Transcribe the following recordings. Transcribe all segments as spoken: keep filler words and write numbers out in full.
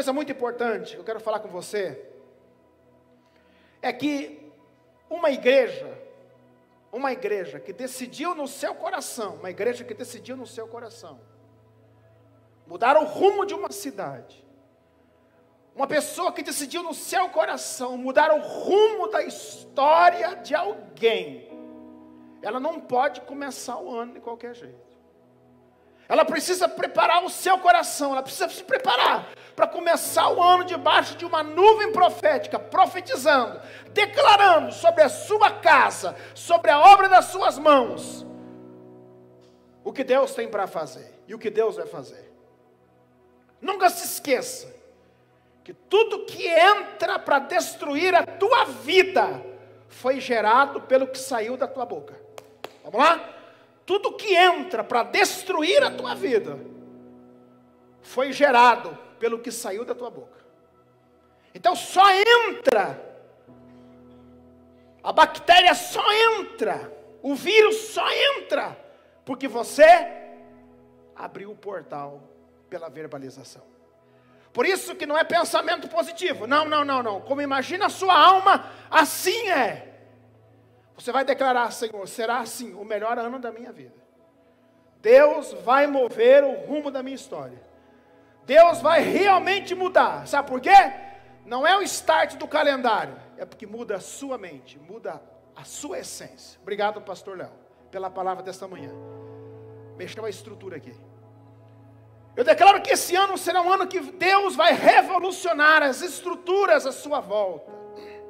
coisa muito importante que eu quero falar com você é que uma igreja, uma igreja que decidiu no seu coração, uma igreja que decidiu no seu coração mudar o rumo de uma cidade, uma pessoa que decidiu no seu coração mudar o rumo da história de alguém, ela não pode começar o ano de qualquer jeito. Ela precisa preparar o seu coração, ela precisa se preparar para começar o ano debaixo de uma nuvem profética, profetizando, declarando sobre a sua casa, sobre a obra das suas mãos, o que Deus tem para fazer e o que Deus vai fazer. Nunca se esqueça que tudo que entra para destruir a tua vida foi gerado pelo que saiu da tua boca. Vamos lá? Tudo que entra para destruir a tua vida foi gerado pelo que saiu da tua boca. Então só entra, a bactéria só entra, o vírus só entra, porque você abriu o portal pela verbalização. Por isso que não é pensamento positivo, não, não, não, não, como imagina a sua alma, assim é. Você vai declarar: Senhor, será assim o melhor ano da minha vida. Deus vai mover o rumo da minha história. Deus vai realmente mudar. Sabe por quê? Não é o start do calendário, é porque muda a sua mente, muda a sua essência. Obrigado, pastor Léo, pela palavra desta manhã. Mexeu a estrutura aqui. Eu declaro que esse ano será um ano que Deus vai revolucionar as estruturas à sua volta.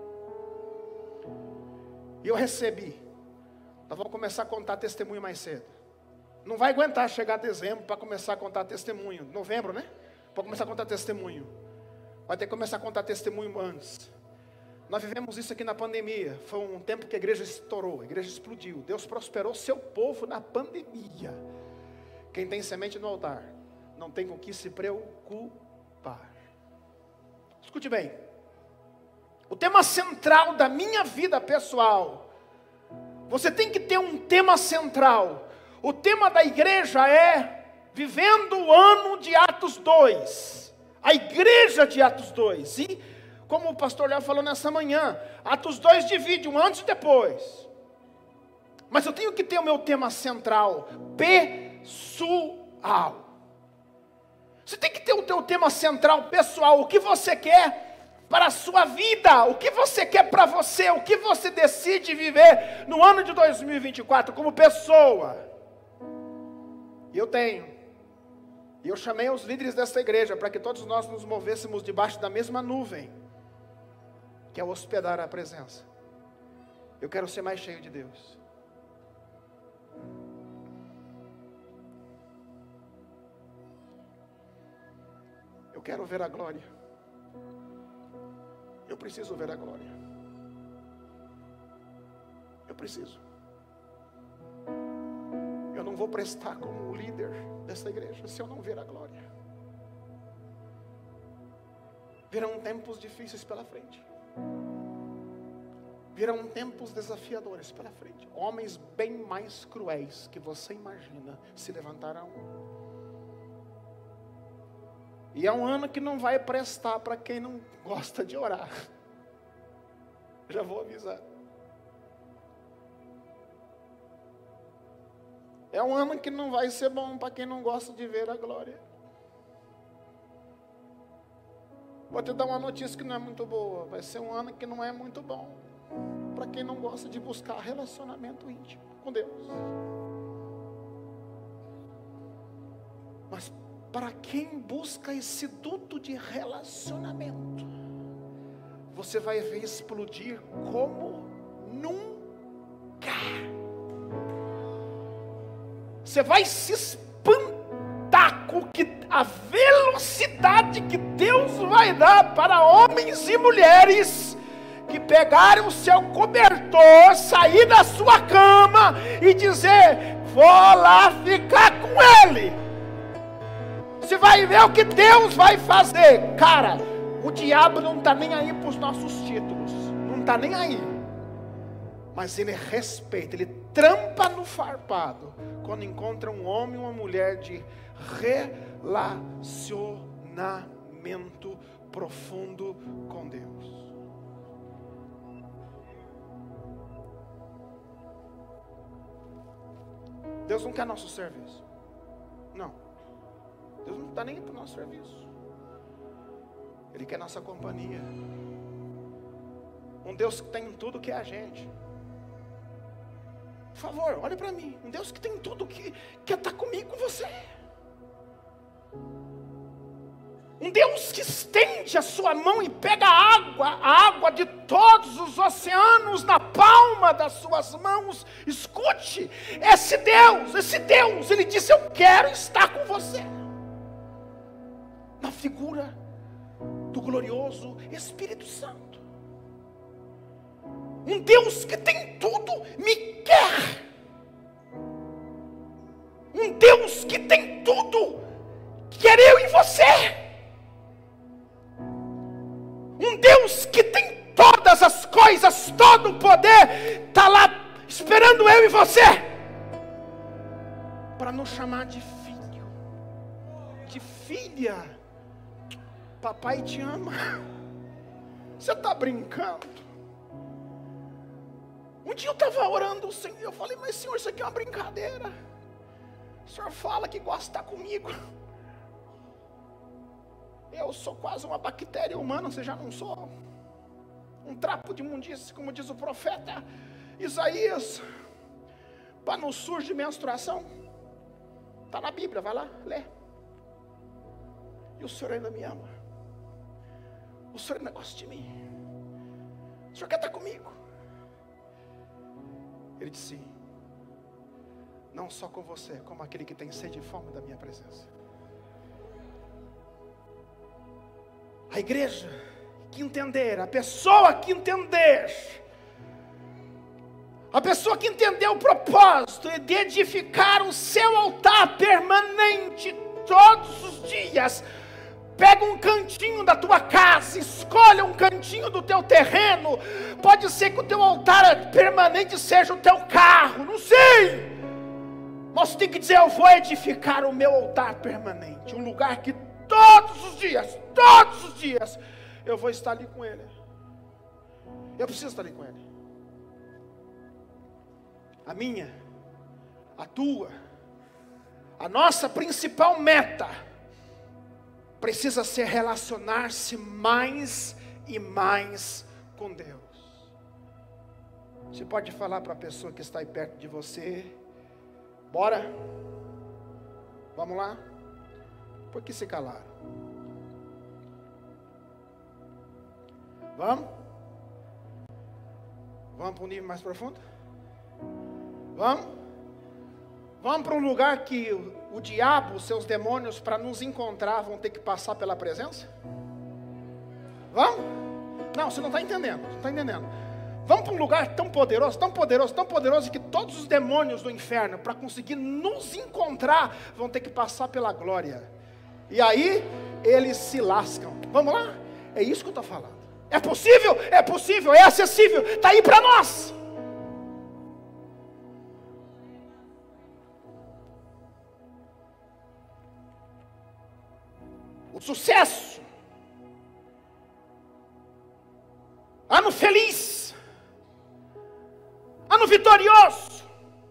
E eu recebi. Nós vamos começar a contar testemunho mais cedo. Não vai aguentar chegar a dezembro para começar a contar testemunho. Novembro, né? Para começar a contar testemunho. Vai ter que começar a contar testemunho antes. Nós vivemos isso aqui na pandemia. Foi um tempo que a igreja estourou, a igreja explodiu. Deus prosperou seu povo na pandemia. Quem tem semente no altar não tem com o que se preocupar. Escute bem. O tema central da minha vida pessoal, você tem que ter um tema central. O tema da igreja é vivendo o ano de Atos dois. A igreja de Atos dois. E como o pastor Léo falou nessa manhã, Atos dois divide um antes e depois. Mas eu tenho que ter o meu tema central, pessoal. Você tem que ter o teu tema central pessoal, o que você quer para a sua vida, o que você quer para você, o que você decide viver no ano de dois mil e vinte e quatro como pessoa. E eu tenho, e eu chamei os líderes dessa igreja para que todos nós nos movêssemos debaixo da mesma nuvem, que é hospedar a presença. Eu quero ser mais cheio de Deus. Eu quero ver a glória. Eu preciso ver a glória. Eu preciso. Eu não vou prestar como líder dessa igreja se eu não ver a glória. Virão tempos difíceis pela frente. Virão tempos desafiadores pela frente. Homens bem mais cruéis que você imagina se levantarão. E é um ano que não vai prestar para quem não gosta de orar. Já vou avisar. É um ano que não vai ser bom para quem não gosta de ver a glória. Vou te dar uma notícia que não é muito boa. Vai ser um ano que não é muito bom para quem não gosta de buscar relacionamento íntimo com Deus. Mas para quem busca esse duto de relacionamento, você vai ver explodir como nunca. Você vai se espantar com que a velocidade que Deus vai dar para homens e mulheres que pegarem o seu cobertor, sair da sua cama e dizer: vou lá ficar com ele. Você vai ver o que Deus vai fazer. Cara, o diabo não está nem aí para os nossos títulos. Não está nem aí. Mas ele respeita, ele trampa no farpado quando encontra um homem e uma mulher de relacionamento. relacionamento profundo com Deus. Deus não quer nosso serviço. Não. Deus não está nem para o nosso serviço. Ele quer nossa companhia. Um Deus que tem tudo que é a gente. Por favor, olhe para mim. Um Deus que tem tudo que quer estar comigo, com você. Um Deus que estende a sua mão e pega a água, a água de todos os oceanos na palma das suas mãos. Escute, esse Deus, esse Deus, Ele disse: eu quero estar com você. Na figura do glorioso Espírito Santo. Um Deus que tem tudo, me quer. Um Deus que tem tudo, quer eu e você. Um Deus que tem todas as coisas, todo o poder, está lá esperando eu e você, para nos chamar de filho, de filha. Papai te ama. Você está brincando? Um dia eu estava orando ao Senhor, eu falei: mas Senhor, isso aqui é uma brincadeira. O Senhor fala que gosta de estar comigo. Eu sou quase uma bactéria humana, você já não sou? Um trapo de imundície, como diz o profeta Isaías. Para não surgir menstruação. Está na Bíblia, vai lá, lê. E o Senhor ainda me ama. O Senhor ainda gosta de mim. O Senhor quer estar comigo. Ele disse: não só com você, como aquele que tem sede e fome da minha presença. A igreja que entender, a pessoa que entender, a pessoa que entendeu o propósito de edificar o seu altar permanente todos os dias, pega um cantinho da tua casa, escolha um cantinho do teu terreno. Pode ser que o teu altar permanente seja o teu carro, não sei. Mas tem que dizer: eu vou edificar o meu altar permanente, um lugar que todos os dias, todos os dias, eu vou estar ali com Ele. Eu preciso estar ali com Ele. A minha, a tua, a nossa principal meta precisa ser relacionar-se mais e mais com Deus. Você pode falar para a pessoa que está aí perto de você: bora? Vamos lá? Por que se calaram? Vamos? Vamos para um nível mais profundo? Vamos? Vamos para um lugar que o, o diabo, os seus demônios, para nos encontrar, vão ter que passar pela presença? Vamos? Não, você não está entendendo, não está entendendo. Vamos para um lugar tão poderoso, tão poderoso, tão poderoso, que todos os demônios do inferno, para conseguir nos encontrar, vão ter que passar pela glória. E aí, eles se lascam. Vamos lá? É isso que eu estou falando. É possível? É possível, é acessível, está aí para nós. O sucesso, ano feliz, ano vitorioso.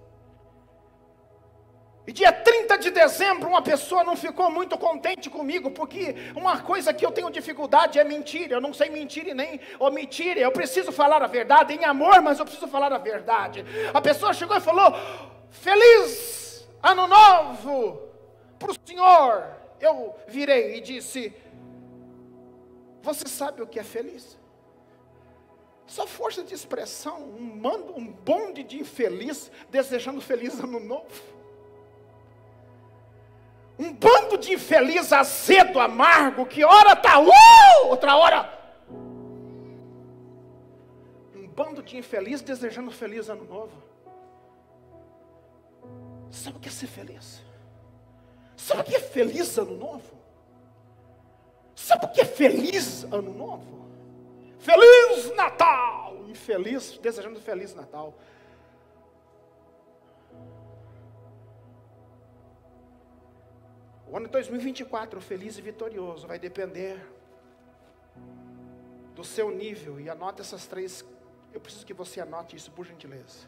E dia trinta de dezembro, uma pessoa não ficou muito contente comigo, porque uma coisa que eu tenho dificuldade é mentir. Eu não sei mentir e nem omitir. Eu preciso falar a verdade em amor, mas eu preciso falar a verdade. A pessoa chegou e falou: feliz ano novo para o senhor. Eu virei e disse: você sabe o que é feliz? Só força de expressão, um, mando, um bonde de infeliz desejando feliz ano novo. Um bando de infeliz azedo, amargo, que ora está uh, outra hora. Um bando de infeliz desejando feliz ano novo. Sabe o que é ser feliz? Sabe o que é feliz ano novo? Sabe o que é feliz ano novo? Feliz Natal! Infeliz, desejando feliz Natal. O ano de dois mil e vinte e quatro, feliz e vitorioso, vai depender do seu nível. E anote essas três. Eu preciso que você anote isso, por gentileza.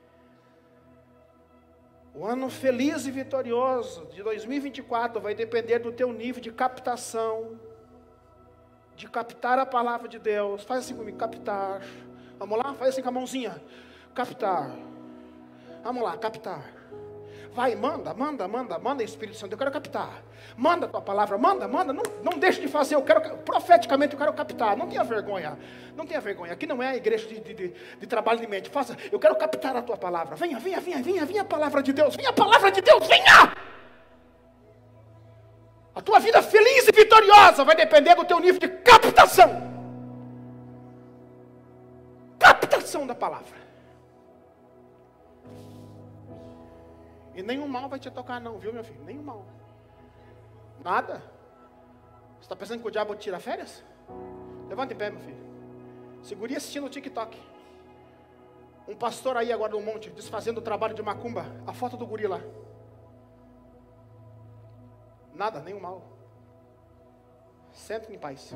O ano feliz e vitorioso de dois mil e vinte e quatro vai depender do teu nível de captação, de captar a palavra de Deus. Faz assim comigo, captar. Vamos lá? Faz assim com a mãozinha. Captar. Vamos lá, captar. Vai, manda, manda, manda, manda, Espírito Santo, eu quero captar. Manda a tua palavra, manda, manda, não, não deixe de fazer, eu quero, profeticamente eu quero captar. Não tenha vergonha, não tenha vergonha. Aqui não é a igreja de, de, de, de trabalho de mente. Faça, eu quero captar a tua palavra. Venha, venha, venha, venha, venha a palavra de Deus, venha a palavra de Deus, venha! A tua vida feliz e vitoriosa vai depender do teu nível de captação. Captação da palavra. E nenhum mal vai te tocar não, viu meu filho? Nenhum mal. Nada. Você está pensando que o diabo tira férias? Levanta em pé, meu filho. Segure assistindo o TikTok. Um pastor aí agora no monte, desfazendo o trabalho de macumba. A foto do guri lá. Nada, nenhum mal. Sente em paz.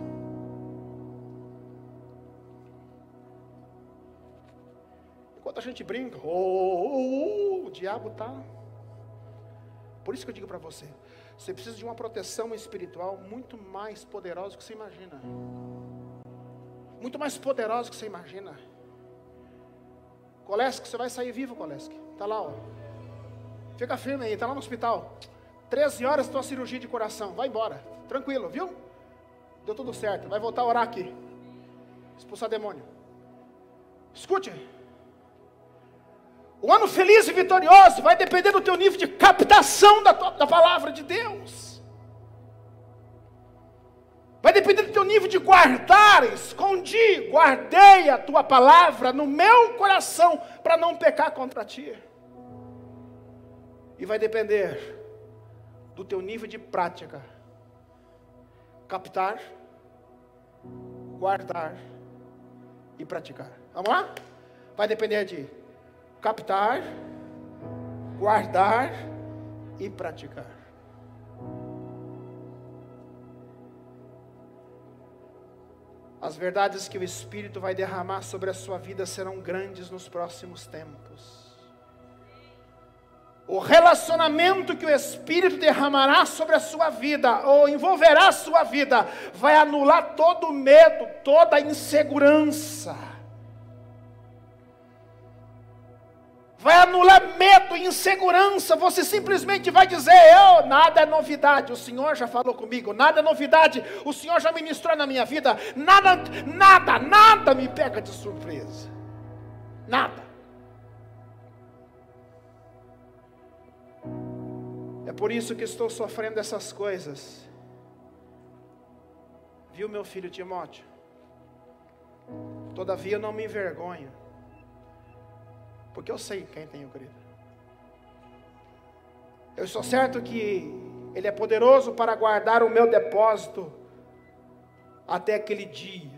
Enquanto a gente brinca, oh, oh, oh, o diabo está... Por isso que eu digo para você, você precisa de uma proteção espiritual muito mais poderosa do que você imagina. Muito mais poderosa do que você imagina. Coleski, você vai sair vivo, Coleski. Está lá, ó. Fica firme aí, está lá no hospital. treze horas tua cirurgia de coração. Vai embora. Tranquilo, viu? Deu tudo certo. Vai voltar a orar aqui. Expulsar demônio. Escute. O ano feliz e vitorioso vai depender do teu nível de captação da, tua, da palavra de Deus. Vai depender do teu nível de guardar, escondi, guardei a tua palavra no meu coração para não pecar contra ti. E vai depender do teu nível de prática. Captar, guardar e praticar. Vamos lá? Vai depender de captar, guardar e praticar. As verdades que o Espírito vai derramar sobre a sua vida serão grandes nos próximos tempos. O relacionamento que o Espírito derramará sobre a sua vida, ou envolverá a sua vida, vai anular todo o medo, toda a insegurança. Vai anular medo e insegurança. Você simplesmente vai dizer, eu, nada é novidade, o Senhor já falou comigo, nada é novidade, o Senhor já ministrou na minha vida, nada, nada, nada me pega de surpresa, nada. É por isso que estou sofrendo essas coisas, viu meu filho Timóteo? Todavia eu não me envergonho, porque eu sei quem tenho crido. Eu estou certo que Ele é poderoso para guardar o meu depósito até aquele dia.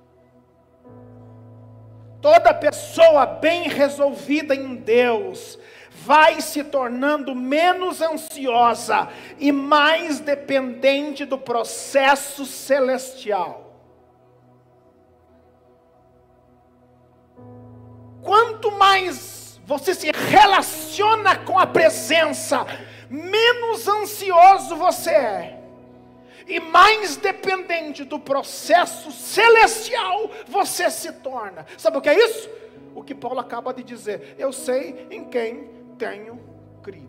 Toda pessoa bem resolvida em Deus vai se tornando menos ansiosa e mais dependente do processo celestial. Quanto mais você se relaciona com a presença, menos ansioso você é. E mais dependente do processo celestial você se torna. Sabe o que é isso? O que Paulo acaba de dizer. Eu sei em quem tenho crido.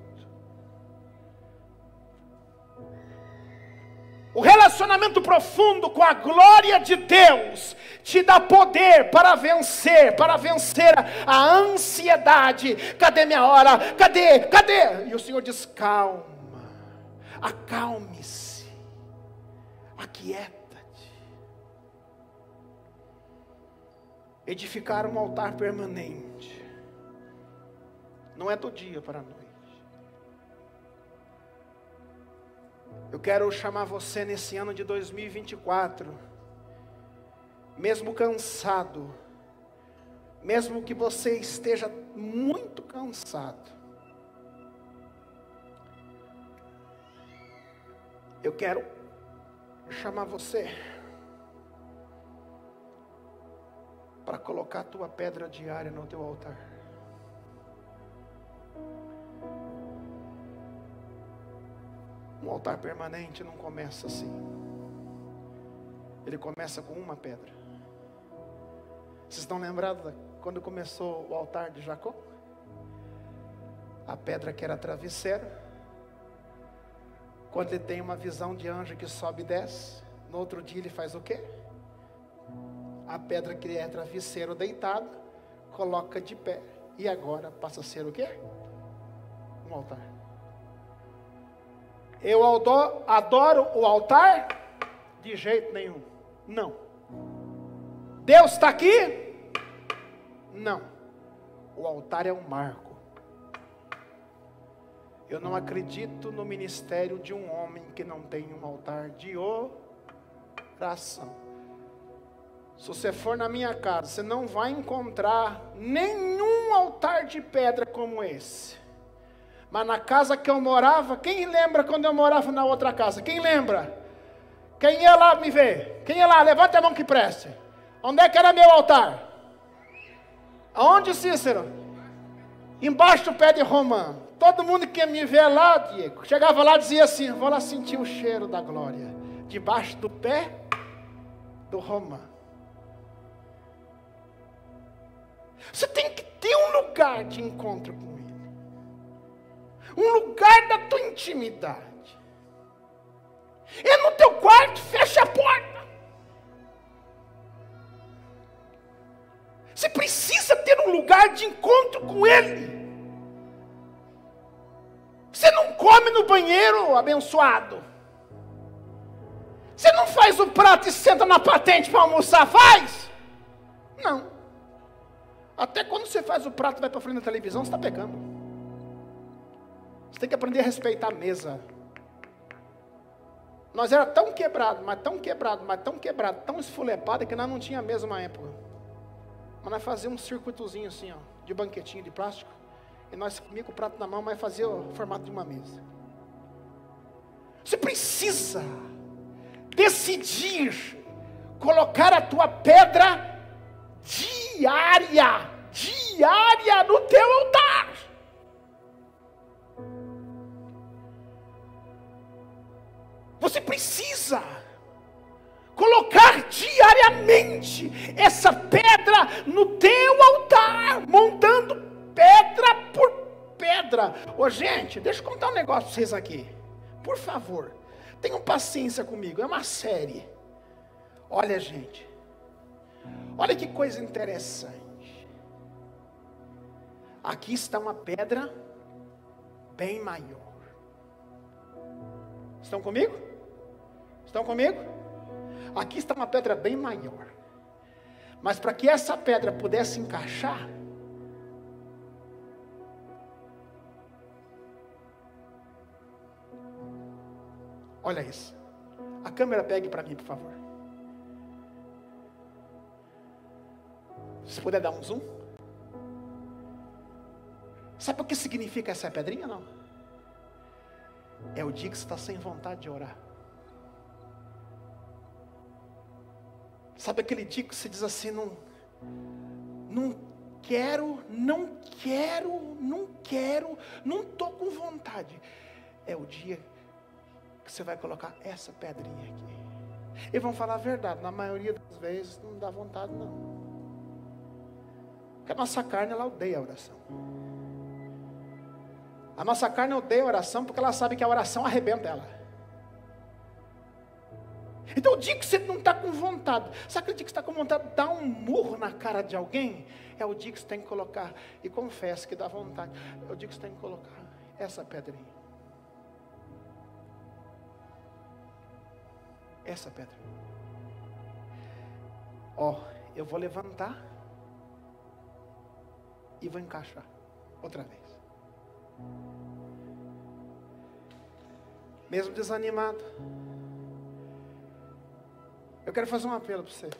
O relacionamento profundo com a glória de Deus te dá poder para vencer, para vencer a, a ansiedade. Cadê minha hora? Cadê? Cadê? E o Senhor diz, calma, acalme-se, aquieta-te. Edificar um altar permanente não é do dia para a noite. Eu quero chamar você nesse ano de dois mil e vinte e quatro, mesmo cansado, mesmo que você esteja muito cansado, Eu quero chamar você para colocar a tua pedra diária no teu altar. Um altar permanente não começa assim. Ele começa com uma pedra. Vocês estão lembrados quando começou o altar de Jacó? A pedra que era travesseiro. Quando ele tem uma visão de anjo que sobe e desce, no outro dia ele faz o quê? A pedra que é travesseiro deitado, coloca de pé. E agora passa a ser o quê? Um altar. Eu adoro, adoro o altar? De jeito nenhum. Não. Deus está aqui? Não. O altar é um marco. Eu não acredito no ministério de um homem que não tem um altar de oração. Se você for na minha casa, você não vai encontrar nenhum altar de pedra como esse. Mas na casa que eu morava, quem lembra quando eu morava na outra casa? Quem lembra? Quem ia lá me ver? Quem ia lá? Levanta a mão que preste. Onde é que era meu altar? Aonde, Cícero? Embaixo do pé de romã. Todo mundo que ia me ver lá, Diego, chegava lá e dizia assim: vou lá sentir o cheiro da glória. Debaixo do pé do romã. Você tem que ter um lugar de encontro com Ele. Um lugar da tua intimidade. É no teu quarto, fecha a porta. Você precisa ter um lugar de encontro com Ele. Você não come no banheiro, abençoado. Você não faz o prato e senta na patente para almoçar, faz? Não. Até quando você faz o prato e vai para frente da televisão, você está pecando. Você tem que aprender a respeitar a mesa. Nós era tão quebrado, mas tão quebrado, mas tão quebrado, tão esfulepado que nós não tinha mesa na época. Mas nós fazíamos um circuitozinho assim, ó, de banquetinho de plástico. E nós comíamos com o prato na mão, mas fazia o formato de uma mesa. Você precisa decidir colocar a tua pedra diária, diária no teu altar. Você precisa colocar diariamente essa pedra no teu altar, montando pedra por pedra. Ô gente, deixa eu contar um negócio para vocês aqui. Por favor, tenham paciência comigo, é uma série. Olha, gente, olha que coisa interessante. Aqui está uma pedra bem maior. Estão comigo? Estão comigo? Aqui está uma pedra bem maior. Mas para que essa pedra pudesse encaixar, olha isso. A câmera pegue para mim, por favor. Se puder dar um zoom. Sabe o que significa essa pedrinha, não? É o dia que você está sem vontade de orar. Sabe aquele dia que você diz assim, não, não quero, não quero, não quero, não estou com vontade. É o dia que você vai colocar essa pedrinha aqui. E vão falar a verdade, na maioria das vezes não dá vontade não. Porque a nossa carne, ela odeia a oração. A nossa carne odeia a oração porque ela sabe que a oração arrebenta ela. Então o dia que você não está com vontade, sabe aquele dia que você está com vontade de dar um murro na cara de alguém? É o dia que você tem que colocar, e confessa que dá vontade, é o dia que você tem que colocar essa pedrinha. Essa pedra. Ó, eu vou levantar e vou encaixar outra vez. Mesmo desanimado, eu quero fazer um apelo para você.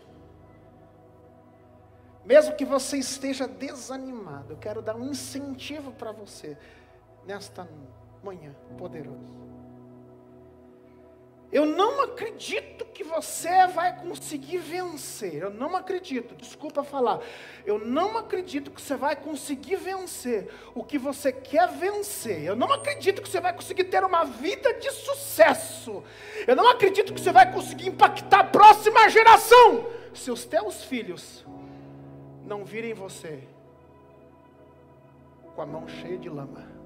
Mesmo que você esteja desanimado, eu quero dar um incentivo para você nesta manhã poderosa. Eu não acredito que você vai conseguir vencer. Eu não acredito, desculpa falar. Eu não acredito que você vai conseguir vencer o que você quer vencer. Eu não acredito que você vai conseguir ter uma vida de sucesso. Eu não acredito que você vai conseguir impactar a próxima geração se os teus filhos não virem você com a mão cheia de lama.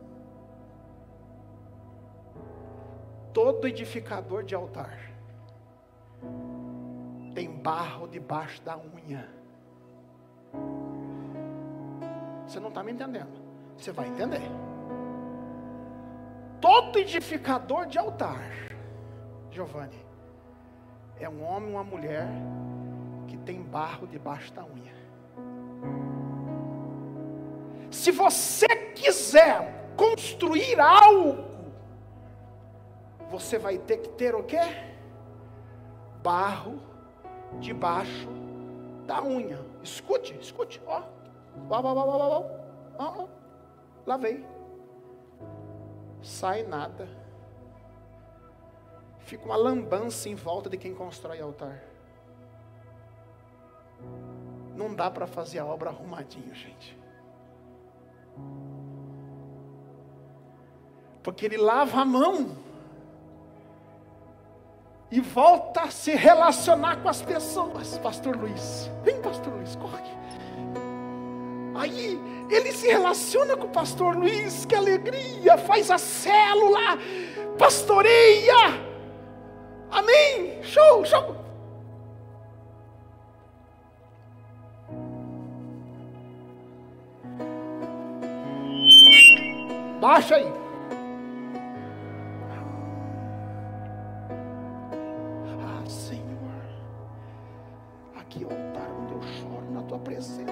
Todo edificador de altar tem barro debaixo da unha. Você não está me entendendo? Você vai entender. Todo edificador de altar, Giovanni, é um homem ou uma mulher que tem barro debaixo da unha. Se você quiser construir algo, você vai ter que ter o quê? Barro debaixo da unha. Escute, escute, ó. Ó, ó, ó, ó, ó, ó, ó. Lavei. Sai nada. Fica uma lambança em volta de quem constrói altar. Não dá para fazer a obra arrumadinho, gente. Porque ele lava a mão e volta a se relacionar com as pessoas. Pastor Luiz, vem pastor Luiz, corre. Aí ele se relaciona com o pastor Luiz, que alegria, faz a célula, pastoreia, amém, show, show. Baixa aí. Ah, Senhor, aqui é o altar onde eu choro na tua presença.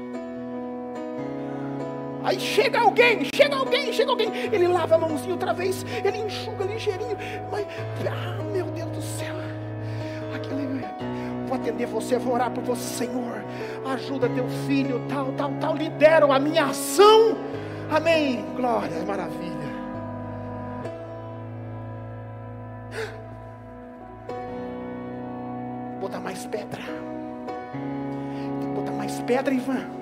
Aí chega alguém, chega alguém, chega alguém. Ele lava a mãozinha outra vez, ele enxuga ligeirinho. Mas, ah, meu Deus do céu. Aqui, vou atender você, vou orar por você, Senhor. Ajuda teu filho, tal, tal, tal. Lidera a minha ação. Amém. Glória, maravilha. Botar mais pedra. Tem que botar mais pedra, Ivan.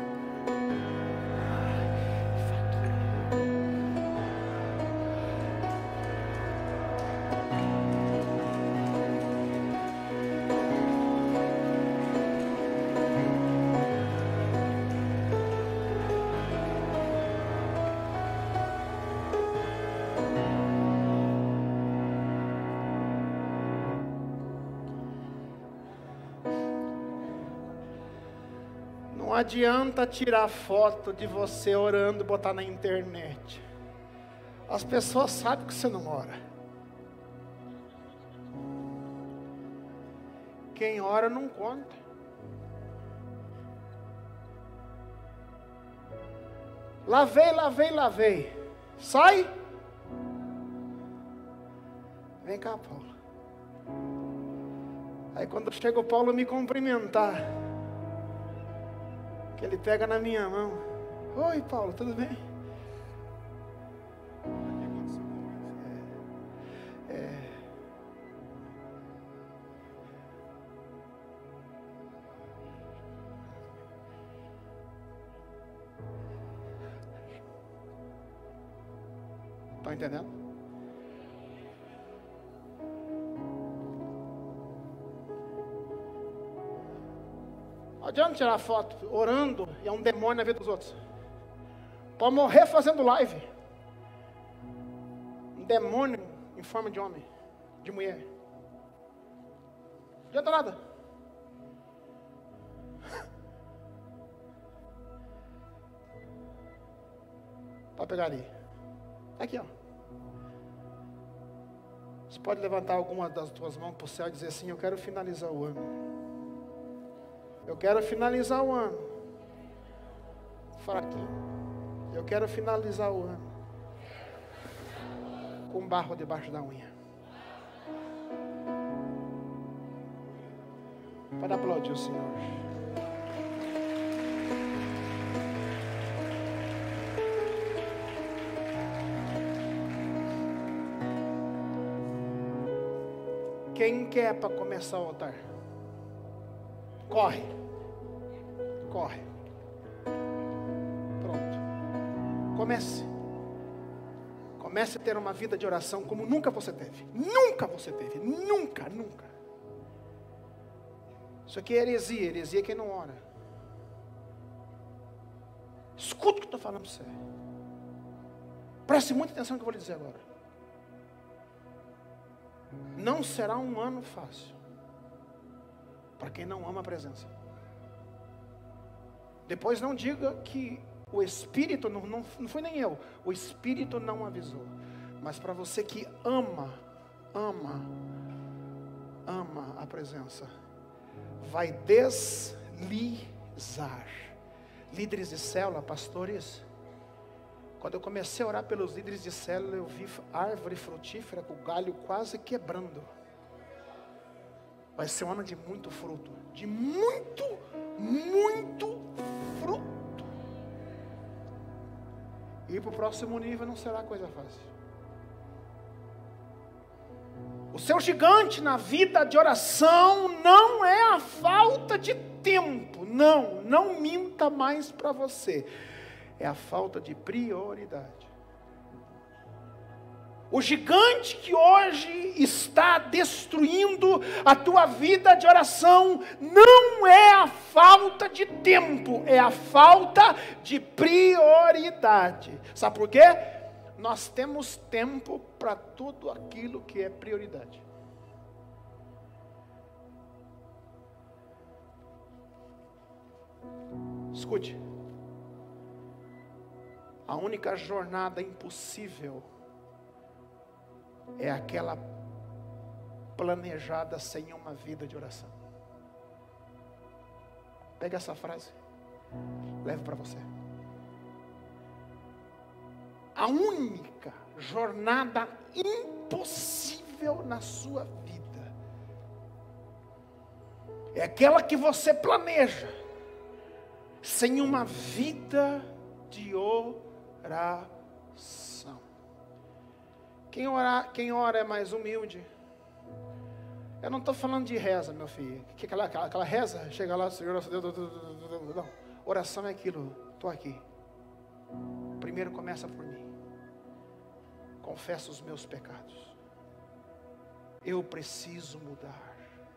Não adianta tirar foto de você orando e botar na internet. As pessoas sabem que você não ora. Quem ora não conta. Lavei, lavei, lavei. Sai. Vem cá, Paulo. Aí quando chega o Paulo me cumprimentar, que ele pega na minha mão. Oi, Paulo, tudo bem? É, é. Tá entendendo? Não adianta tirar foto orando e é um demônio na vida dos outros. Pode morrer fazendo live. Um demônio em forma de homem, de mulher. Não adianta nada. Pode pegar ali. Aqui, ó. Você pode levantar alguma das tuas mãos para o céu e dizer assim: eu quero finalizar o ano. Eu quero finalizar o ano fraquinho. Eu quero finalizar o ano com barro debaixo da unha. Para aplaudir o Senhor. Quem quer para começar o altar? Corre. Corre. Pronto. Comece. Comece a ter uma vida de oração como nunca você teve. Nunca você teve. Nunca, nunca. Isso aqui é heresia. Heresia é quem não ora. Escuta o que eu estou falando para você. Preste muita atenção no que eu vou lhe dizer agora. Não será um ano fácil para quem não ama a presença. Depois não diga que o Espírito, não, não, não foi nem eu, o Espírito não avisou. Mas para você que ama, ama, ama a presença, vai deslizar. Líderes de célula, pastores, quando eu comecei a orar pelos líderes de célula, eu vi árvore frutífera com o galho quase quebrando. Vai ser um ano de muito fruto, de muito, muito fruto. E ir para o próximo nível não será coisa fácil. O seu gigante na vida de oração não é a falta de tempo. Não, não minta mais para você. É a falta de prioridade. O gigante que hoje está destruindo a tua vida de oração não é a falta de tempo, é a falta de prioridade. Sabe por quê? Nós temos tempo para tudo aquilo que é prioridade. Escute. A única jornada impossível é aquela planejada sem uma vida de oração. Pega essa frase, leve para você. A única jornada impossível na sua vida é aquela que você planeja sem uma vida de oração. Quem ora, quem ora é mais humilde. Eu não estou falando de reza, meu filho. Que aquela, aquela, aquela reza, chega lá, Senhor, não. Oração é aquilo, estou aqui. Primeiro começa por mim. Confesso os meus pecados. Eu preciso mudar.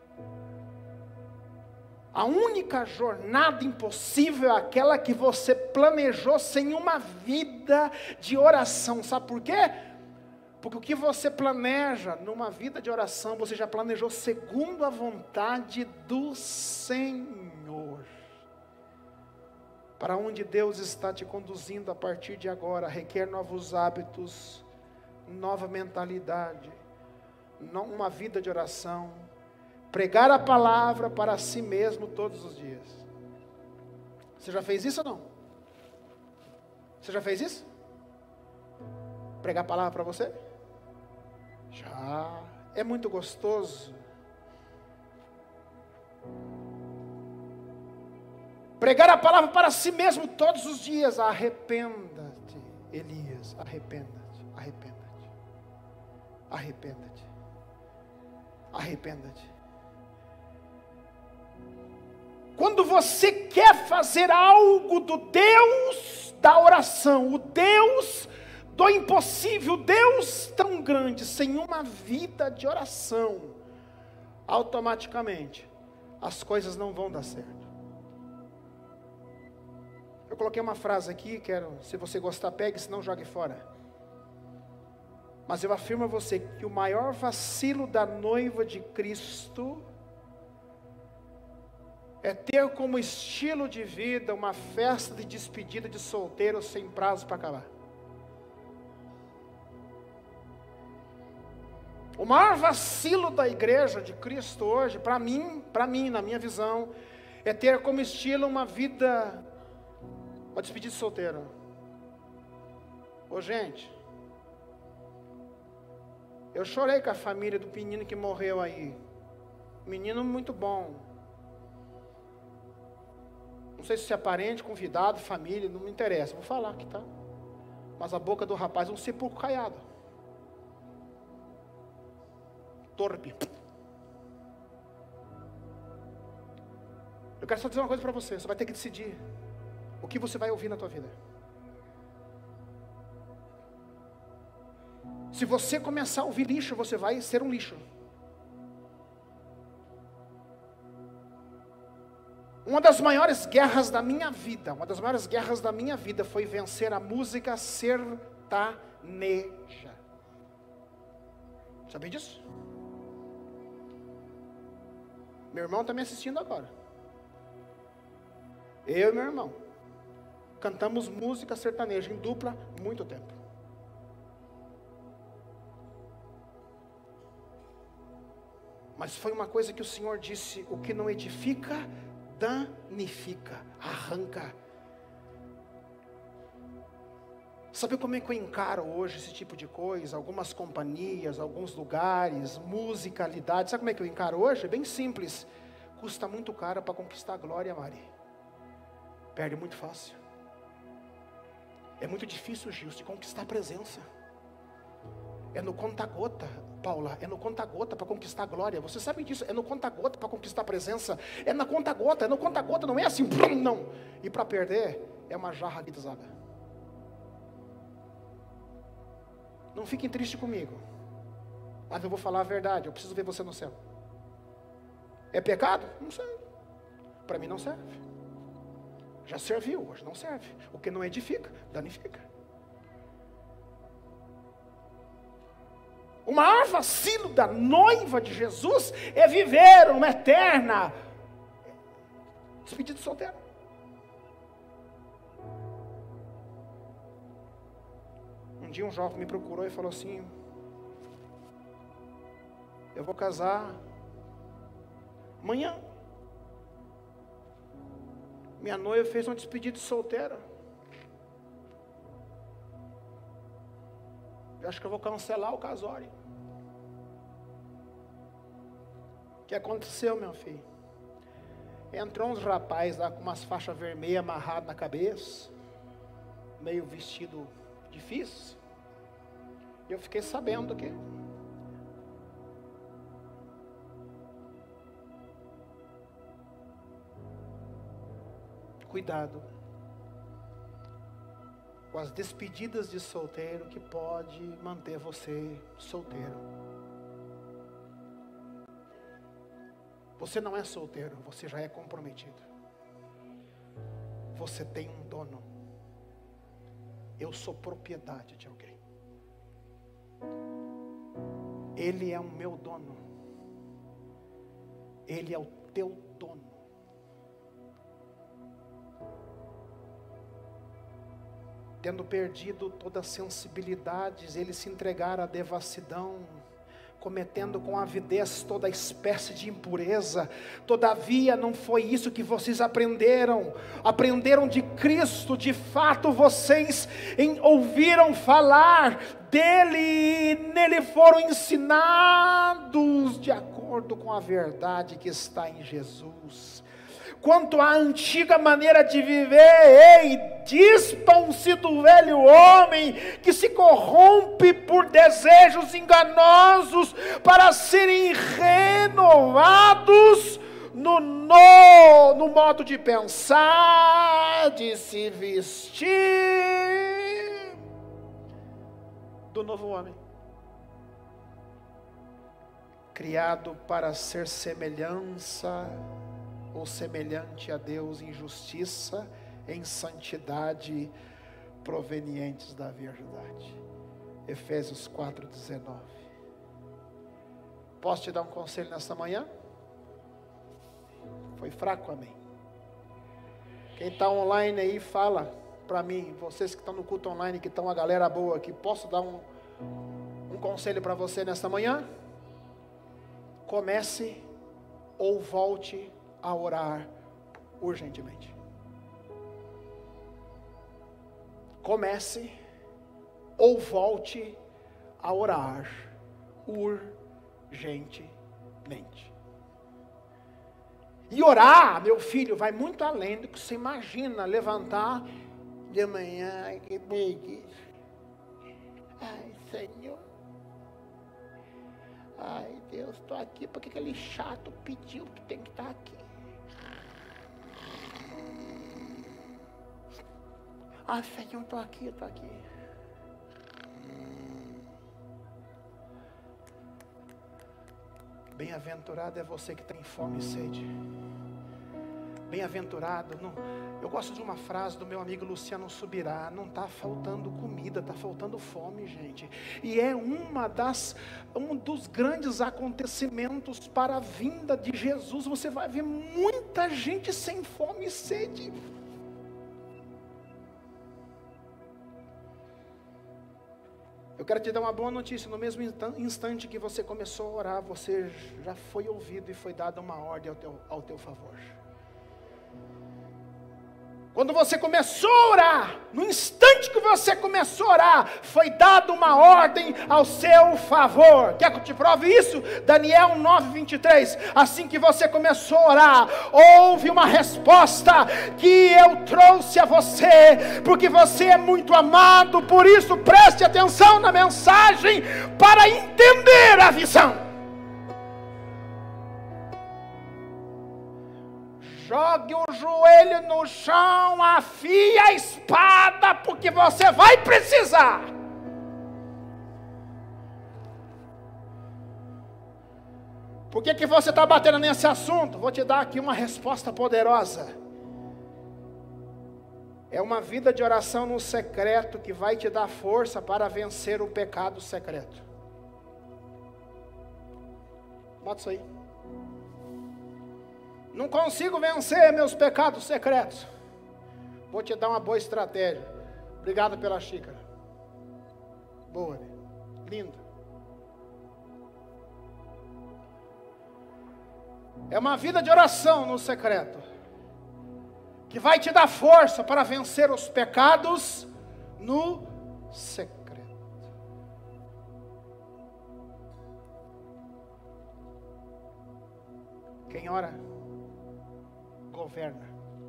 A única jornada impossível é aquela que você planejou sem uma vida de oração. Sabe por quê? Porque o que você planeja numa vida de oração, você já planejou segundo a vontade do Senhor. Para onde Deus está te conduzindo a partir de agora, requer novos hábitos, nova mentalidade, uma vida de oração. Pregar a palavra para si mesmo todos os dias. Você já fez isso ou não? Você já fez isso? Pregar a palavra para você? Já. É muito gostoso. Pregar a palavra para si mesmo todos os dias. Arrependa-te, Elias. Arrependa-te, arrependa-te. Arrependa-te. Arrependa-te. Quando você quer fazer algo do Deus da oração, o Deus do impossível, Deus tão grande, sem uma vida de oração, automaticamente as coisas não vão dar certo. Eu coloquei uma frase aqui, quero, se você gostar, pegue, se não jogue fora. Mas eu afirmo a você que o maior vacilo da noiva de Cristo é ter como estilo de vida uma festa de despedida de solteiro sem prazo para acabar. O maior vacilo da igreja de Cristo hoje, para mim, para mim, na minha visão, é ter como estilo uma vida, uma despedida de solteiro. Ô gente, eu chorei com a família do menino que morreu aí. Menino muito bom. Não sei se é parente, convidado, família, não me interessa. Vou falar aqui, tá? Mas a boca do rapaz é um sepulcro caiado. Torpe. Eu quero só dizer uma coisa para você. Você vai ter que decidir o que você vai ouvir na tua vida. Se você começar a ouvir lixo, você vai ser um lixo. Uma das maiores guerras da minha vida, uma das maiores guerras da minha vida foi vencer a música sertaneja. Sabia disso? Meu irmão está me assistindo agora. Eu e meu irmão cantamos música sertaneja em dupla muito tempo. Mas foi uma coisa que o Senhor disse: o que não edifica, danifica, arranca. Sabe como é que eu encaro hoje esse tipo de coisa? Algumas companhias, alguns lugares, musicalidade. Sabe como é que eu encaro hoje? É bem simples. Custa muito caro para conquistar a glória, Mari. Perde muito fácil. É muito difícil, Gil, de conquistar a presença. É no conta-gota, Paula, é no conta-gota para conquistar a glória. Você sabe disso? É no conta-gota para conquistar a presença. É na conta-gota, é no conta-gota, não é assim, não. E para perder, é uma jarra guisada. Não fiquem tristes comigo, mas eu vou falar a verdade. Eu preciso ver você no céu. É pecado? Não sei. Para mim não serve. Já serviu, hoje não serve. O que não edifica, danifica. O maior vacilo da noiva de Jesus é viver uma eterna despedida de solteiro. Um dia um jovem me procurou e falou assim: eu vou casar amanhã. Minha noiva fez uma despedida de solteira. Eu acho que eu vou cancelar o casório. O que aconteceu, meu filho? Entrou uns rapazes lá com umas faixas vermelhas amarradas na cabeça, meio vestido difícil. E eu fiquei sabendo que cuidado com as despedidas de solteiro que pode manter você solteiro. Você não é solteiro, você já é comprometido. Você tem um dono. Eu sou propriedade de alguém. Ele é o meu dono. Ele é o teu dono. Tendo perdido toda a sensibilidade, ele se entregara à devassidão, cometendo com avidez toda espécie de impureza. Todavia não foi isso que vocês aprenderam. Aprenderam de Cristo. De fato vocês em, ouviram falar dele e nele foram ensinados de acordo com a verdade que está em Jesus. Quanto à antiga maneira de viver, ei, dispam-se do velho homem, que se corrompe por desejos enganosos, para serem renovados no, no, no modo de pensar, de se vestir, do novo homem, criado para ser semelhança ou semelhante a Deus em justiça, em santidade, provenientes da verdade. Efésios quatro, dezenove. Posso te dar um conselho nesta manhã? Foi fraco, amém? Quem está online aí, fala para mim, vocês que estão no culto online, que estão a galera boa aqui, posso dar um, um conselho para você nesta manhã? Comece ou volte a orar urgentemente. Comece ou volte a orar urgentemente. E orar, meu filho, vai muito além do que você imagina. Levantar de manhã, que preguiça. Ai, Senhor. Ai, Deus, estou aqui porque aquele chato pediu que tem que estar aqui. Ah, Senhor, estou aqui, estou aqui. Bem-aventurado é você que tem fome e sede. Bem-aventurado, não, eu gosto de uma frase do meu amigo Luciano Subirá: não está faltando comida, está faltando fome, gente. E é uma das, um dos grandes acontecimentos para a vinda de Jesus. Você vai ver muita gente sem fome e sede. Eu quero te dar uma boa notícia: no mesmo instante que você começou a orar, você já foi ouvido e foi dada uma ordem ao teu, ao teu favor. Quando você começou a orar, no instante que você começou a orar, foi dada uma ordem ao seu favor. Quer que eu te prove isso? Daniel nove, vinte e três. Assim que você começou a orar, houve uma resposta que eu trouxe a você, porque você é muito amado. Por isso preste atenção na mensagem para entender a visão. Jogue o joelho no chão, afie a espada, porque você vai precisar. Por que que você está batendo nesse assunto? Vou te dar aqui uma resposta poderosa. É uma vida de oração no secreto que vai te dar força para vencer o pecado secreto. Bota isso aí. Não consigo vencer meus pecados secretos. Vou te dar uma boa estratégia. Obrigado pela xícara. Boa, linda. É uma vida de oração no secreto, que vai te dar força para vencer os pecados no secreto. Quem ora, governa.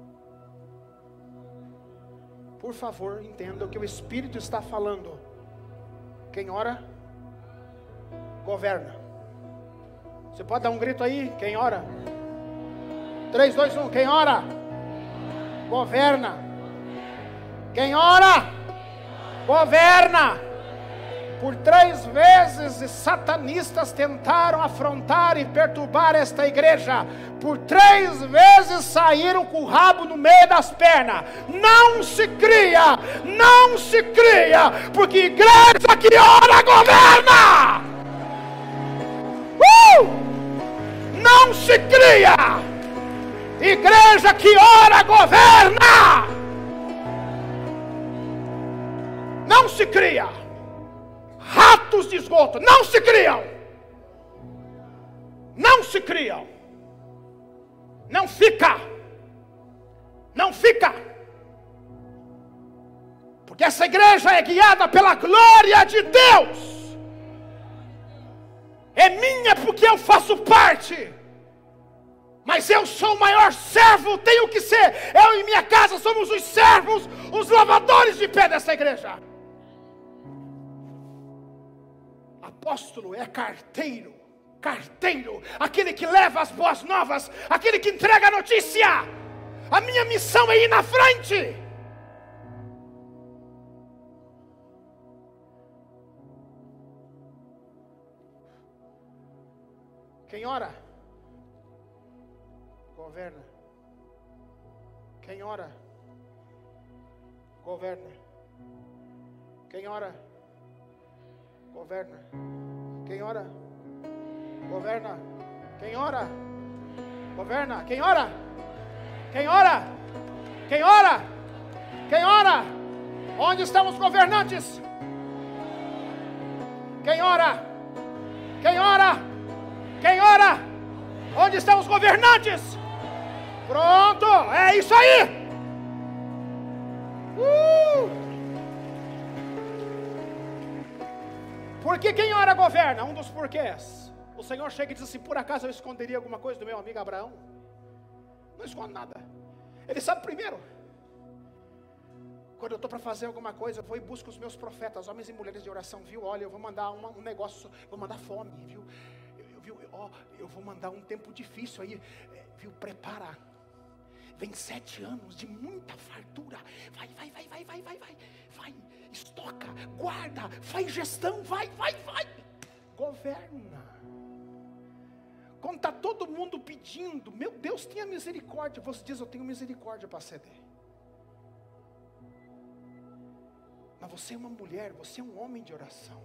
Por favor, entenda o que o Espírito está falando. Quem ora, governa. Você pode dar um grito aí? Quem ora? três, dois, um. Quem ora, governa. Quem ora, governa. Por três vezes satanistas tentaram afrontar e perturbar esta igreja. Por três vezes saíram com o rabo no meio das pernas. Não se cria, não se cria, porque igreja que ora governa. Uh! Não se cria. Igreja que ora governa. Não se cria. Ratos de esgoto não se criam. Não se criam. Não fica. Não fica. Porque essa igreja é guiada pela glória de Deus. É minha porque eu faço parte. Mas eu sou o maior servo, tenho que ser. Eu e minha casa somos os servos, os lavadores de pé dessa igreja. Apóstolo é carteiro, carteiro, aquele que leva as boas novas, aquele que entrega a notícia. A minha missão é ir na frente. Quem ora, governa. Quem ora, governa. Quem ora, governa. Quem ora, governa. Quem ora, governa. Quem ora, quem ora, quem ora, quem ora. Onde estão os governantes? Quem ora, quem ora, quem ora. Onde estão os governantes? Pronto, é isso aí. Uh! Porque quem ora governa, um dos porquês. O Senhor chega e diz assim: por acaso eu esconderia alguma coisa do meu amigo Abraão? Não escondo nada. Ele sabe primeiro. Quando eu estou para fazer alguma coisa, eu vou e busco os meus profetas, homens e mulheres de oração, viu? Olha, eu vou mandar uma, um negócio, vou mandar fome, viu? Eu, eu, viu? Oh, eu vou mandar um tempo difícil aí, viu? Prepara. Vem sete anos de muita fartura. Vai, vai, vai, vai, vai, vai, vai. Vai, estoca, guarda, faz gestão, vai, vai, vai. Governa. Quando está todo mundo pedindo, meu Deus, tenha misericórdia. Você diz, eu tenho misericórdia para ceder. Mas você é uma mulher, você é um homem de oração.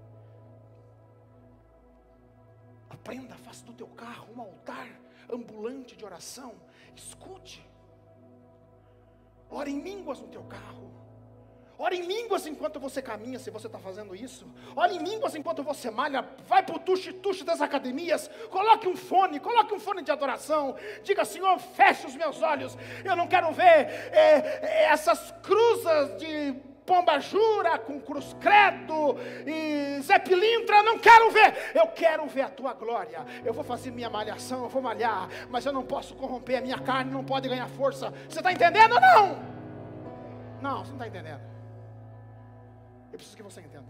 Aprenda, faça do teu carro um altar ambulante de oração. Escute. Ore em línguas no teu carro. Ore em línguas enquanto você caminha, se você está fazendo isso. Ore em línguas enquanto você malha. Vai para o tuxe-tuxe das academias. Coloque um fone, coloque um fone de adoração. Diga, Senhor, feche os meus olhos. Eu não quero ver é, é, essas cruzas de pomba jura com cruz credo e Zé Pilintra. Não quero ver. Eu quero ver a tua glória. Eu vou fazer minha malhação, eu vou malhar, mas eu não posso corromper a minha carne, não pode ganhar força. Você está entendendo ou não? Não, você não está entendendo. Eu preciso que você entenda.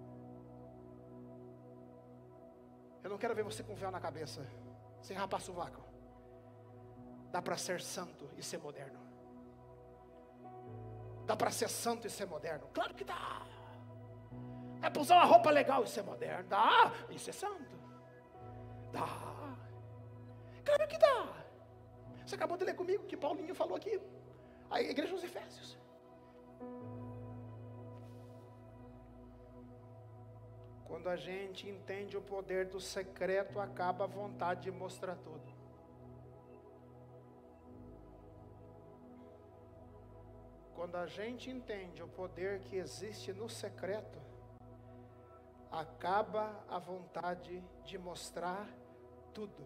Eu não quero ver você com véu na cabeça, sem rapar sovaco. Dá para ser santo e ser moderno. Dá para ser santo e ser moderno. Claro que dá. Dá para usar uma roupa legal e ser moderno. Dá, e ser santo. Dá. Claro que dá. Você acabou de ler comigo que Paulinho falou aqui. A igreja dos Efésios. Quando a gente entende o poder do secreto, acaba a vontade de mostrar tudo. Quando a gente entende o poder que existe no secreto, acaba a vontade de mostrar tudo.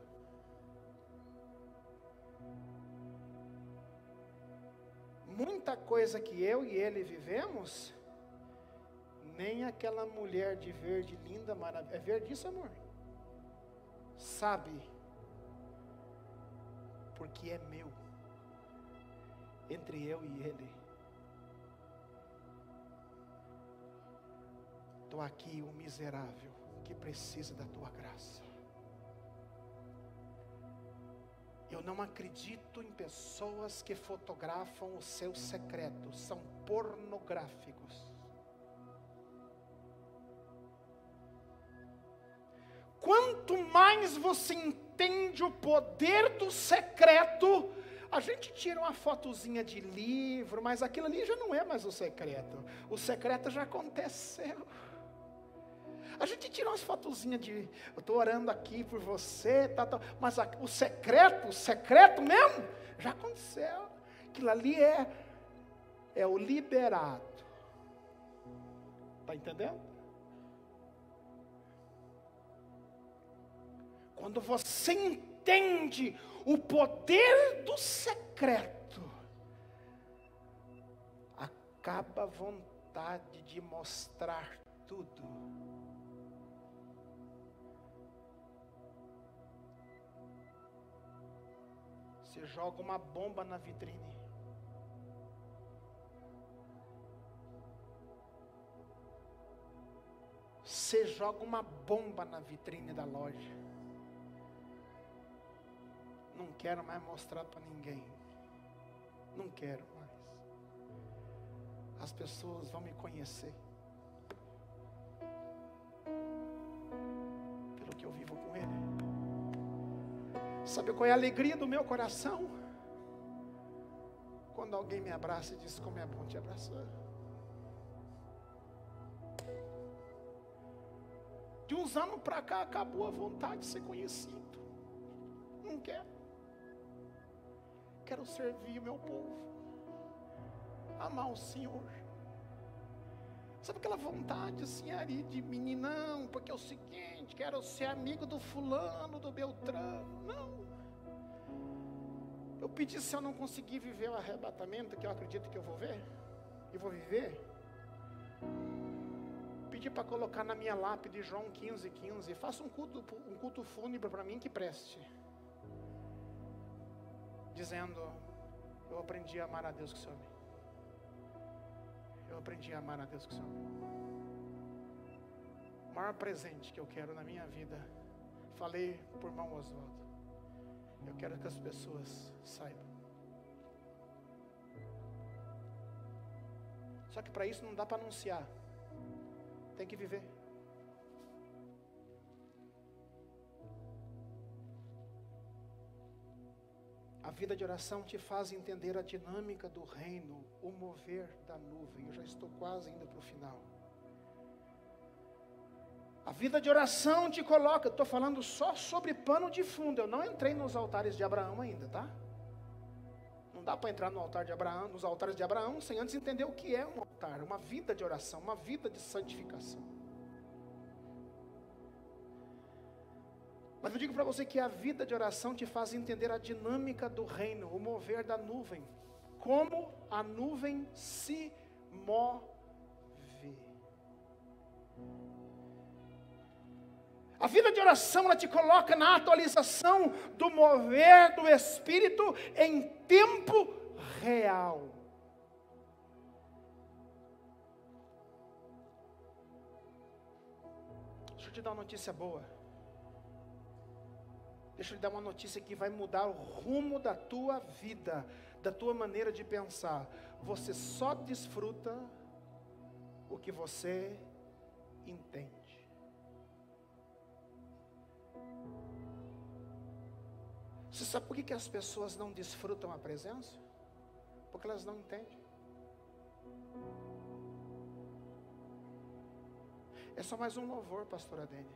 Muita coisa que eu e ele vivemos, nem aquela mulher de verde linda, maravilhosa, é verde isso, amor? Sabe, porque é meu, entre eu e ele. Estou aqui, um miserável, que precisa da tua graça. Eu não acredito em pessoas que fotografam os seus secretos, são pornográficos. Quanto mais você entende o poder do secreto, a gente tira uma fotozinha de livro, mas aquilo ali já não é mais o secreto. O secreto já aconteceu. A gente tira umas fotozinhas de, eu estou orando aqui por você, tá, tá, mas a, o secreto, o secreto mesmo, já aconteceu. Aquilo ali é, é o liberado. Está entendendo? Quando você entende o poder do secreto, acaba a vontade de mostrar tudo. Você joga uma bomba na vitrine. Você joga uma bomba na vitrine da loja. Não quero mais mostrar para ninguém. Não quero mais. As pessoas vão me conhecer pelo que eu vivo com Ele. Sabe qual é a alegria do meu coração? Quando alguém me abraça e diz como é bom te abraçar. De uns anos para cá acabou a vontade de ser conhecido. Não quero. Quero servir o meu povo, amar o Senhor. Sabe aquela vontade assim ali de meninão, porque é o seguinte, quero ser amigo do fulano, do Beltrano. Não. Eu pedi, se eu não conseguir viver o arrebatamento, que eu acredito que eu vou ver, e vou viver, pedi para colocar na minha lápide João quinze, quinze, faça um culto, um culto fúnebre para mim que preste. Dizendo, eu aprendi a amar a Deus que o Senhor me. Eu aprendi a amar a Deus que o Senhor me. O maior presente que eu quero na minha vida, falei por irmão Oswaldo, eu quero que as pessoas saibam Só que para isso não dá para anunciar. Tem que viver. A vida de oração te faz entender a dinâmica do reino, o mover da nuvem. Eu já estou quase indo para o final. A vida de oração te coloca, eu estou falando só sobre pano de fundo. Eu não entrei nos altares de Abraão ainda, tá? Não dá para entrar no altar de Abraão, nos altares de Abraão sem antes entender o que é um altar, uma vida de oração, uma vida de santificação. Mas eu digo para você que a vida de oração te faz entender a dinâmica do reino, o mover da nuvem, como a nuvem se move. A vida de oração, ela te coloca na atualização do mover do Espírito em tempo real. Deixa eu te dar uma notícia boa. Deixa eu te dar uma notícia que vai mudar o rumo da tua vida, da tua maneira de pensar. Você só desfruta o que você entende. Você sabe por que, que as pessoas não desfrutam a presença? Porque elas não entendem. É só mais um louvor, pastora Dene.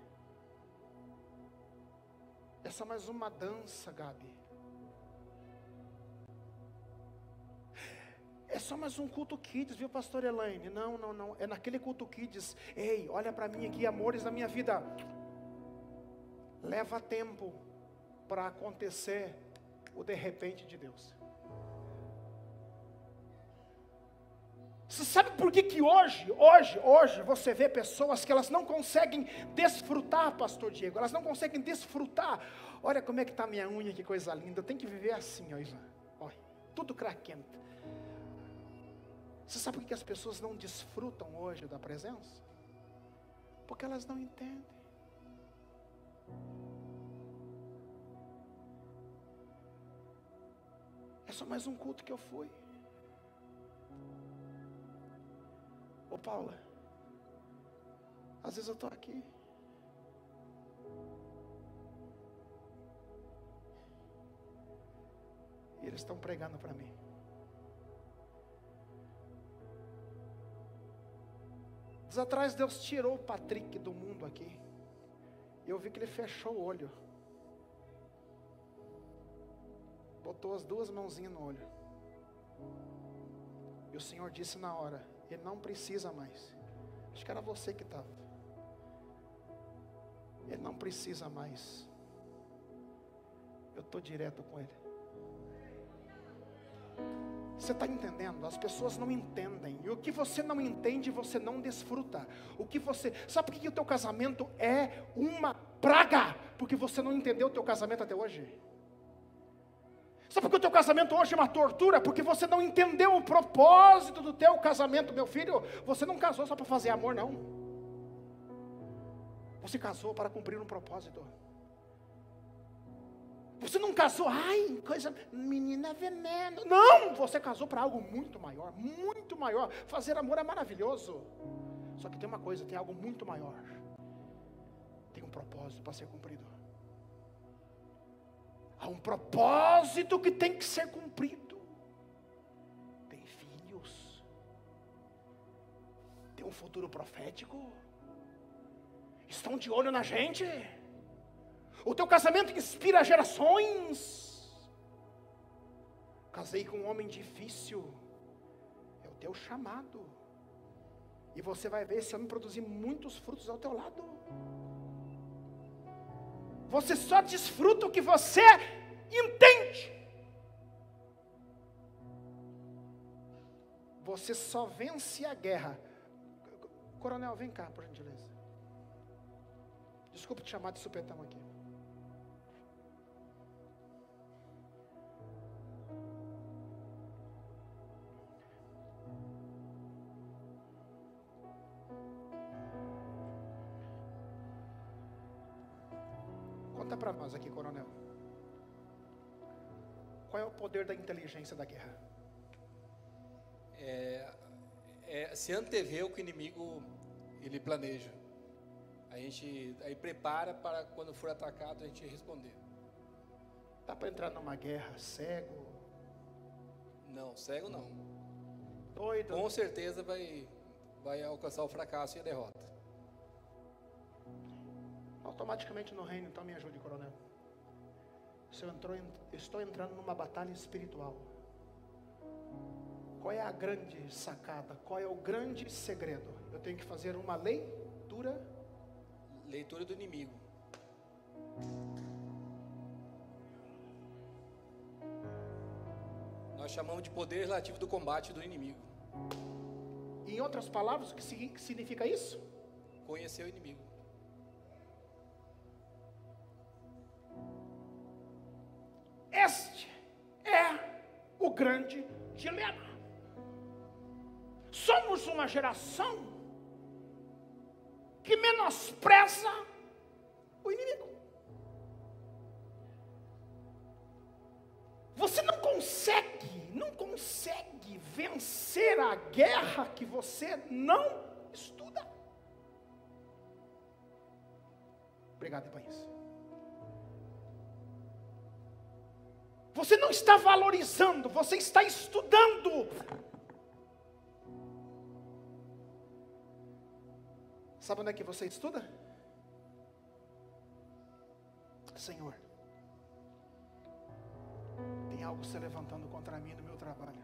É só mais uma dança, Gabi. É só mais um culto kids, viu, pastor Elaine? Não, não, não. É naquele culto kids. Ei, olha para mim aqui, amores da minha vida. Leva tempo para acontecer o de repente de Deus. Você sabe por que que hoje, hoje, hoje, você vê pessoas que elas não conseguem desfrutar, pastor Diego, elas não conseguem desfrutar. Olha como é que está minha unha, que coisa linda, eu tenho que viver assim, ó Ivan, olha, tudo craquento. Você sabe por que que as pessoas não desfrutam hoje da presença? Porque elas não entendem. É só mais um culto que eu fui. Ô Paula, às vezes eu estou aqui. E eles estão pregando para mim. Dias atrás Deus tirou o Patrick do mundo aqui. E eu vi que ele fechou o olho. Botou as duas mãozinhas no olho. E o Senhor disse na hora: ele não precisa mais. Acho que era você que estava. Ele não precisa mais. Eu estou direto com ele. Você está entendendo? As pessoas não entendem. E o que você não entende, você não desfruta. O que você... Sabe por que, que o teu casamento é uma praga? Porque você não entendeu o teu casamento até hoje. Sabe por que o teu casamento hoje é uma tortura? Porque você não entendeu o propósito do teu casamento, meu filho. Você não casou só para fazer amor, não. Você casou para cumprir um propósito. Você não casou, ai, coisa, menina veneno. Não, você casou para algo muito maior, muito maior. Fazer amor é maravilhoso. Só que tem uma coisa, tem algo muito maior. Tem um propósito para ser cumprido. Há um propósito que tem que ser cumprido. Tem filhos. Tem um futuro profético. Estão de olho na gente. O teu casamento inspira gerações. Casei com um homem difícil. É o teu chamado. E você vai ver esse homem produzir muitos frutos ao teu lado. Você só desfruta o que você entende. Você só vence a guerra. Coronel, vem cá, por gentileza. Desculpa te chamar de supetão aqui. Conta para nós aqui, coronel. Qual é o poder da inteligência da guerra? É, é se antever o que o inimigo ele planeja. A gente aí prepara para quando for atacado a gente responder. Dá para entrar numa guerra cego? Não, cego não. Doido? Com certeza vai, vai alcançar o fracasso e a derrota. Automaticamente no reino, então me ajude, coronel. Se eu entrou, estou entrando numa batalha espiritual. Qual é a grande sacada? Qual é o grande segredo? Eu tenho que fazer uma leitura. Leitura do inimigo. Nós chamamos de poder relativo do combate do inimigo. Em outras palavras, o que significa isso? Conhecer o inimigo. Este é o grande dilema. Somos uma geração que menospreza o inimigo. Você não consegue, não consegue vencer a guerra que você não estuda. Obrigado, Ibanez. Você não está valorizando, você está estudando. Sabe onde é que você estuda? Senhor, tem algo se levantando contra mim no meu trabalho.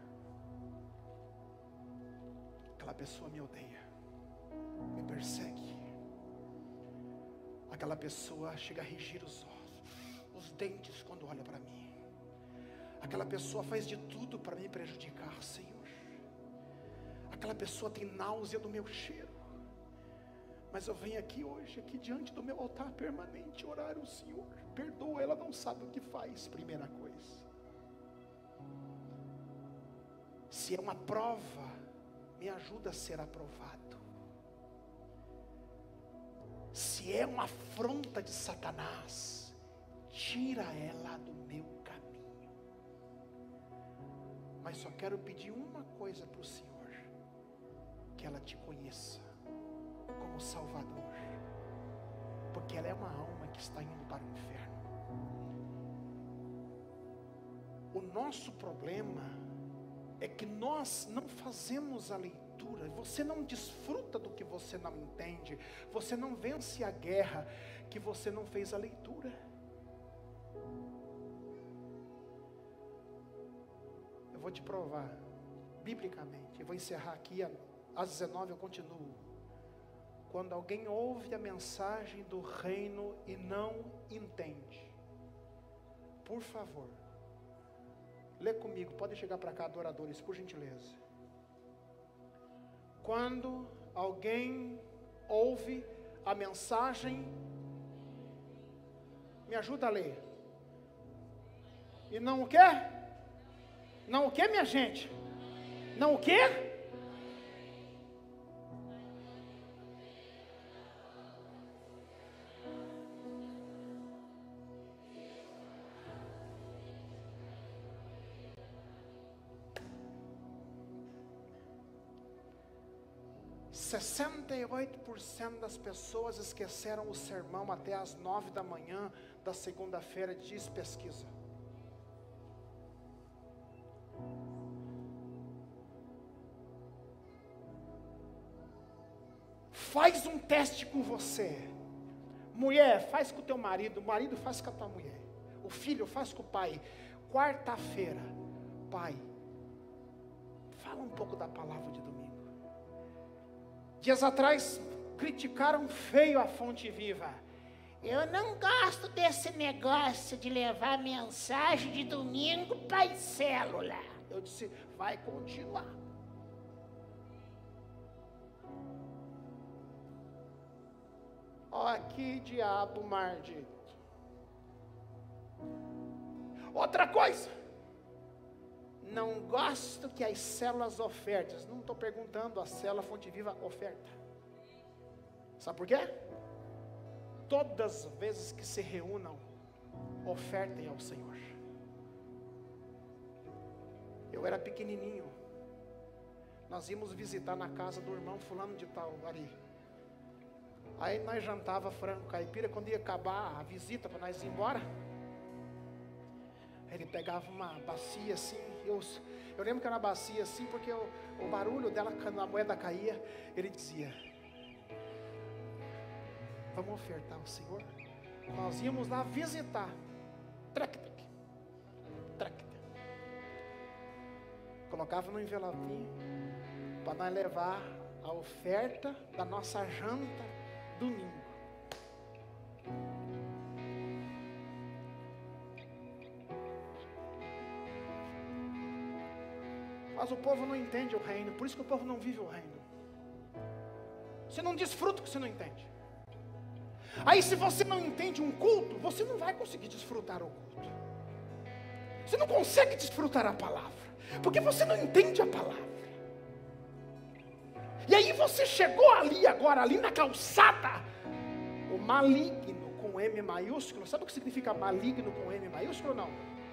Aquela pessoa me odeia, me persegue. Aquela pessoa chega a rigir os olhos, os dentes quando olha para mim. Aquela pessoa faz de tudo para me prejudicar, Senhor. Aquela pessoa tem náusea do meu cheiro. Mas eu venho aqui hoje, aqui diante do meu altar permanente, orar ao Senhor. Perdoa, ela não sabe o que faz, primeira coisa. Se é uma prova, me ajuda a ser aprovado. Se é uma afronta de Satanás, tira ela do meu caminho. Mas só quero pedir uma coisa para o Senhor: que ela te conheça como Salvador, porque ela é uma alma que está indo para o inferno. O nosso problema é que nós não fazemos a leitura. Você não desfruta do que você não entende. Você não vence a guerra que você não fez a leitura. Eu vou te provar biblicamente. Eu vou encerrar aqui às dezenove, eu continuo. Quando alguém ouve a mensagem do reino e não entende, por favor, lê comigo, pode chegar para cá, adoradores, por gentileza. Quando alguém ouve a mensagem, me ajuda a ler. E não o quê? Não o quê, minha gente? Não o quê? sessenta e oito por cento das pessoas esqueceram o sermão até as nove da manhã da segunda-feira, diz pesquisa. Faz um teste com você. Mulher, faz com o teu marido, o marido faz com a tua mulher, o filho faz com o pai. Quarta-feira, pai, fala um pouco da palavra de domingo. Dias atrás, criticaram feio a Fonte Viva. Eu não gosto desse negócio de levar mensagem de domingo para a célula. Eu disse, vai continuar. Ó, que diabo maldito. Outra coisa. Não gosto que as células ofertas. Não estou perguntando, a célula Fonte Viva oferta. Sabe por quê? Todas as vezes que se reúnam, ofertem ao Senhor. Eu era pequenininho. nós íamos visitar na casa do irmão fulano de tal, ali. Aí nós jantava frango caipira, quando ia acabar a visita para nós ir embora, ele pegava uma bacia assim, eu, eu lembro que era uma bacia assim, porque o, o barulho dela, quando a moeda caía, ele dizia: vamos ofertar ao Senhor. Nós íamos lá visitar. Trac, trac, trac, trac. Colocava no envelopinho para nós levar a oferta da nossa janta domingo. Mas o povo não entende o reino, por isso que o povo não vive o reino. Você não desfruta o que você não entende. Aí se você não entende um culto, você não vai conseguir desfrutar o culto. Você não consegue desfrutar a palavra, porque você não entende a palavra. E aí você chegou ali agora, ali na calçada, o maligno com M maiúsculo. Sabe o que significa maligno com M maiúsculo ou não?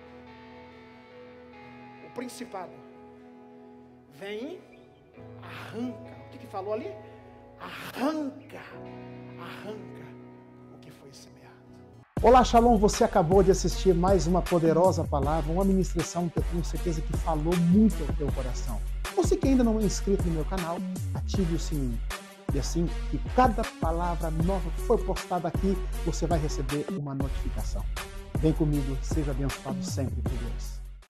O principado vem, arranca. O que que falou ali? Arranca, arranca o que foi semeado. Olá, Shalom, você acabou de assistir mais uma poderosa palavra, uma ministração que eu tenho certeza que falou muito ao teu coração. Você que ainda não é inscrito no meu canal, ative o sininho. E assim que cada palavra nova for postada aqui, você vai receber uma notificação. Vem comigo, seja abençoado sempre por Deus.